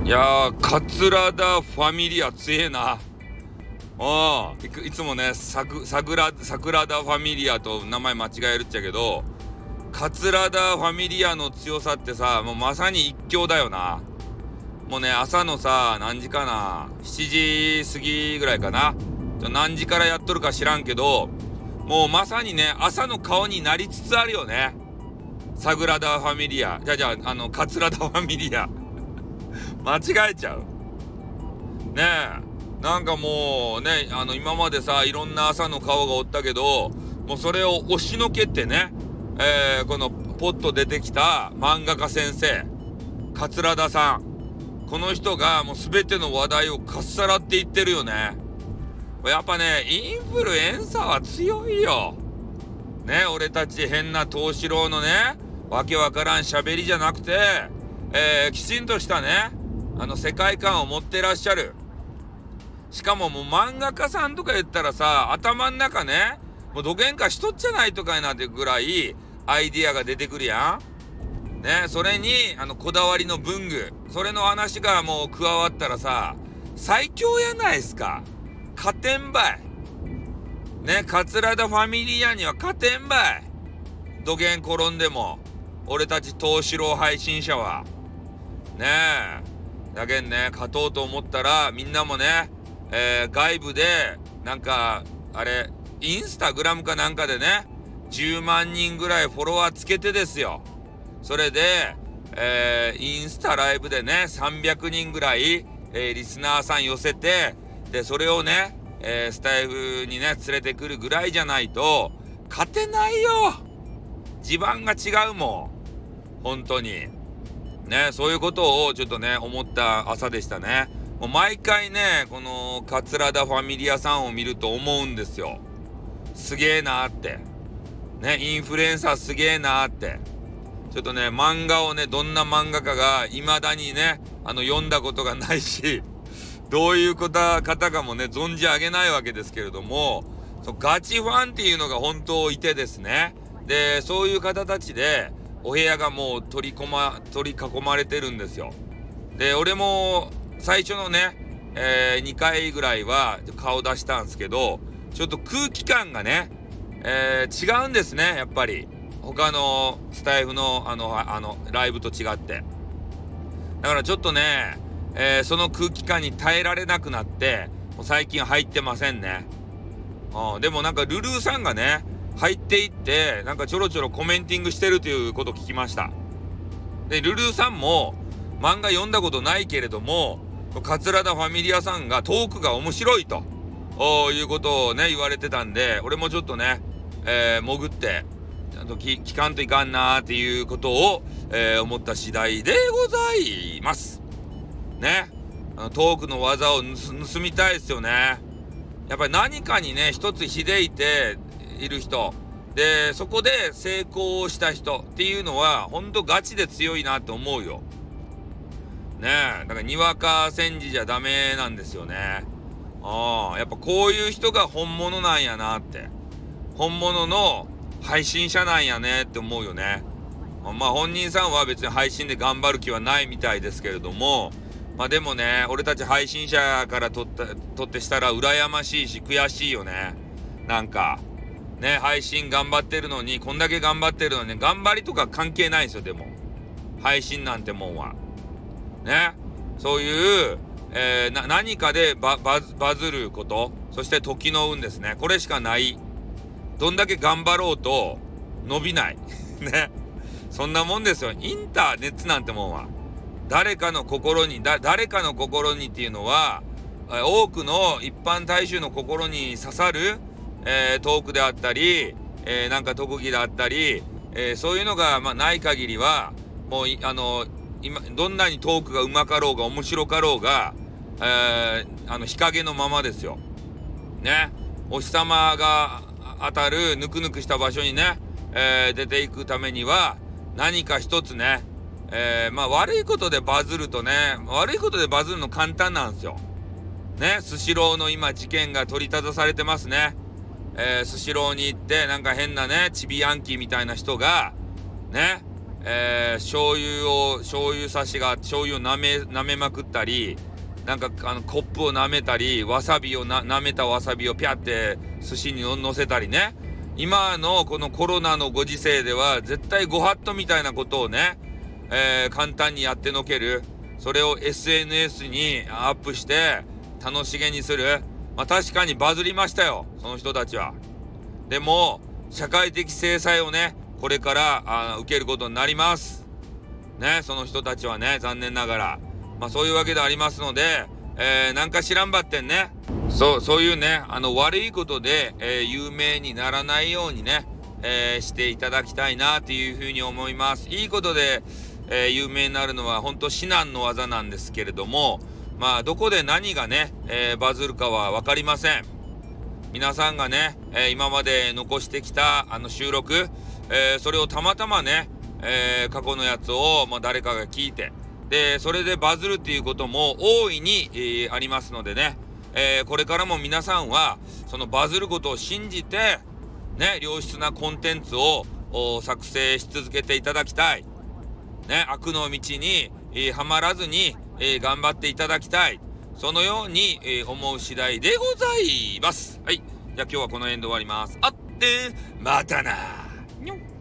いやー、桂田ファミリア強えな。いつもね、桜田ファミリアと名前間違えるっちゃけど、桂田ファミリアの強さってさ、もうまさに一強だよな。もうね、朝のさ、何時かな、7時過ぎぐらいかな。何時からやっとるか知らんけど、もうまさにね、朝の顔になりつつあるよね。桜田ファミリア。桂田ファミリア。間違えちゃう。ねえ。なんかもうね、今までさ、いろんな朝の顔がおったけど、もうそれを押しのけってね、このポッと出てきた漫画家先生、桂田さん。この人がもう全ての話題をかっさらっていってるよね。やっぱね、インフルエンサーは強いよ。ね、俺たち変な東四郎のね、わけわからん喋りじゃなくて、きちんとしたね、世界観を持ってらっしゃる。しかももう漫画家さんとか言ったらさ、頭ん中ね、もうどげんかしとっちゃないとかになってぐらいアイディアが出てくるやん。ね、それにこだわりの文具、それの話がもう加わったらさ、最強やないすか。勝てんばい。ね、桂田ファミリアには勝てんばい。どげん転んでも、俺たち東四郎配信者は。ねえ。だけんね、勝とうと思ったら、みんなもね、外部で、なんか、インスタグラムかなんかでね、10万人ぐらいフォロワーつけてですよ。それで、インスタライブでね、300人ぐらい、リスナーさん寄せて、で、それをね、スタイフにね、連れてくるぐらいじゃないと、勝てないよ。地盤が違うもん。本当に。ね、そういうことをちょっとね、思った朝でしたね。もう毎回ね、この桂田ファミリアさんを見ると思うんですよ。すげえなーって。ね、インフルエンサーすげえなーって。ちょっとね、漫画をね、どんな漫画家が未だにね、読んだことがないし、どういう方かもね、存じ上げないわけですけれども、ガチファンっていうのが本当いてですね。で、そういう方たちで、お部屋がもう取り囲まれてるんですよ。で、俺も最初のね、2回ぐらいは顔出したんですけど、ちょっと空気感がね、違うんですね、やっぱり。他のスタイフのライブと違って。だからちょっとね、その空気感に耐えられなくなって、もう最近入ってませんね。でもなんかルルーさんがね、入っていってなんかちょろちょろコメンティングしてるということを聞きました。で、ルルーさんも漫画読んだことないけれども、桂田ファミリアさんがトークが面白いということをね言われてたんで、俺もちょっとね、潜ってちゃんと聞かんといかんなーっていうことを、思った次第でございますね。トークの技を盗みたいですよね。やっぱり何かにね一つ秀いている人で、そこで成功した人っていうのはほんとガチで強いなって思うよね。え、だからにわか戦時じゃダメなんですよね。やっぱこういう人が本物なんやなって、本物の配信者なんやねって思うよね。まあ本人さんは別に配信で頑張る気はないみたいですけれども、まあでもね、俺たち配信者からとってしたら羨ましいし悔しいよね。なんかね、配信頑張ってるのに、こんだけ頑張ってるのに、頑張りとか関係ないんですよ。でも配信なんてもんはね、そういう、何かでバズること、そして時の運ですね。これしかない。どんだけ頑張ろうと伸びないね。そんなもんですよ。インターネットなんてもんは誰かの心にっていうのは、多くの一般大衆の心に刺さる、トークであったり、なんか特技であったり、そういうのがない限りはもう今どんなにトークがうまかろうが面白かろうが、日陰のままですよね。お日様が当たるぬくぬくした場所にね、出ていくためには何か一つね、悪いことでバズるとね、悪いことでバズるの簡単なんですよね。スシローの今事件が取り沙汰されてますね。スシローに行ってなんか変なねチビヤンキーみたいな人がね、 醤油差しが醤油を舐めまくったり、なんかコップを舐めたり、舐めたわさびをピャって寿司に乗せたりね。今のこのコロナのご時世では絶対ご法度みたいなことをね、簡単にやってのける。それを SNS にアップして楽しげにする。まあ確かにバズりましたよ、その人たちは。でも社会的制裁をね、これから受けることになりますね、その人たちはね、残念ながら。まあそういうわけでありますので、なんか知らんばってんね、そういうね、悪いことで、有名にならないようにね、していただきたいなというふうに思います。いいことで、有名になるのは本当至難の技なんですけれども、まあどこで何がね、バズるかは分かりません。皆さんがね、今まで残してきた収録、それをたまたまね、過去のやつを、誰かが聞いて、でそれでバズるっていうことも大いに、ありますのでね、これからも皆さんはそのバズることを信じてね、良質なコンテンツを作成し続けていただきたいね、悪の道に、はまらずに、頑張っていただきたい、そのように、思う次第でございます。はい、じゃあ今日はこの辺で終わります。あってまたな。にょん。